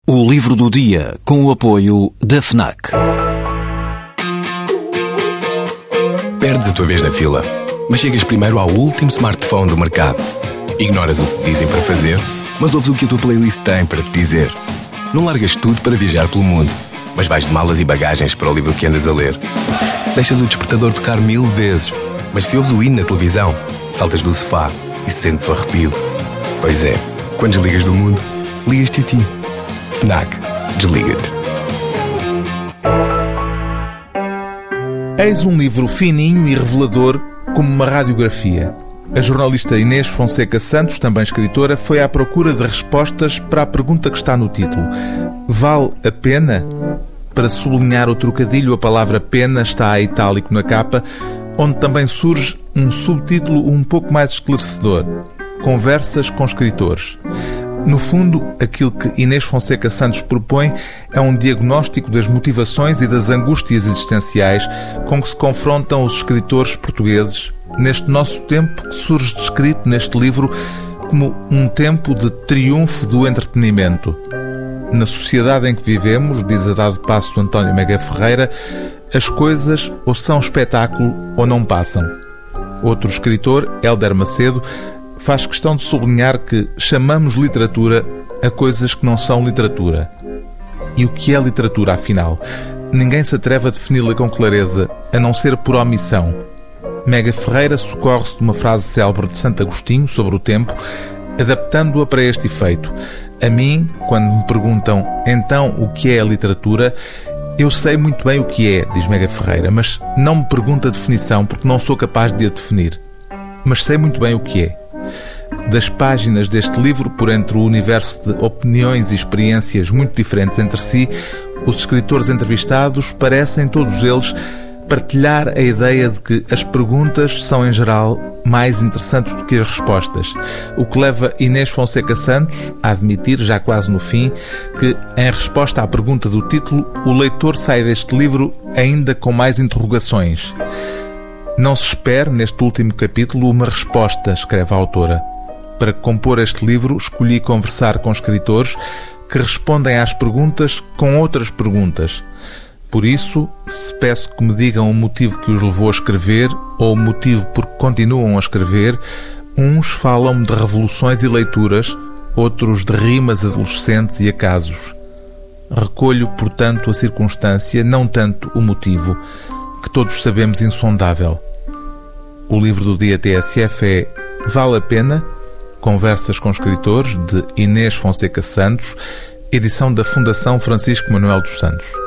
O livro do dia, com o apoio da FNAC. Perdes a tua vez na fila, mas chegas primeiro ao último smartphone do mercado. Ignoras o que te dizem para fazer, mas ouves o que a tua playlist tem para te dizer. Não largas tudo para viajar pelo mundo, mas vais de malas e bagagens para o livro que andas a ler. Deixas o despertador tocar 1000 vezes, mas se ouves o hino na televisão, saltas do sofá e sentes o arrepio. Pois é, quando desligas do mundo, ligas-te a ti. FNAC. Desliga-te. Eis um livro fininho e revelador como uma radiografia. A jornalista Inês Fonseca Santos, também escritora, foi à procura de respostas para a pergunta que está no título. Vale a pena? Para sublinhar o trocadilho, a palavra pena está a itálico na capa, onde também surge um subtítulo um pouco mais esclarecedor. Conversas com escritores. No fundo, aquilo que Inês Fonseca Santos propõe é um diagnóstico das motivações e das angústias existenciais com que se confrontam os escritores portugueses neste nosso tempo que surge descrito neste livro como um tempo de triunfo do entretenimento. Na sociedade em que vivemos, diz a dado passo António Mega Ferreira, as coisas ou são espetáculo ou não passam. Outro escritor, Hélder Macedo, faz questão de sublinhar que chamamos literatura a coisas que não são literatura. E o que é literatura, afinal? Ninguém se atreve a defini-la com clareza, a não ser por omissão. Mega Ferreira socorre-se de uma frase célebre de Santo Agostinho sobre o tempo, adaptando-a para este efeito. A mim, quando me perguntam então o que é a literatura, eu sei muito bem o que é, diz Mega Ferreira, mas não me pergunta a definição porque não sou capaz de a definir. Mas sei muito bem o que é. Das páginas deste livro, por entre o universo de opiniões e experiências muito diferentes entre si, os escritores entrevistados parecem todos eles partilhar a ideia de que as perguntas são, em geral, mais interessantes do que as respostas, o que leva Inês Fonseca Santos a admitir, já quase no fim, que, em resposta à pergunta do título, o leitor sai deste livro ainda com mais interrogações. Não se espere, neste último capítulo, uma resposta, escreve a autora. Para compor este livro, escolhi conversar com escritores que respondem às perguntas com outras perguntas. Por isso, se peço que me digam o motivo que os levou a escrever ou o motivo por que continuam a escrever, uns falam-me de revoluções e leituras, outros de rimas adolescentes e acasos. Recolho, portanto, a circunstância, não tanto o motivo, que todos sabemos insondável. O livro do dia TSF é Vale a Pena? Conversas com escritores, de Inês Fonseca Santos, edição da Fundação Francisco Manuel dos Santos.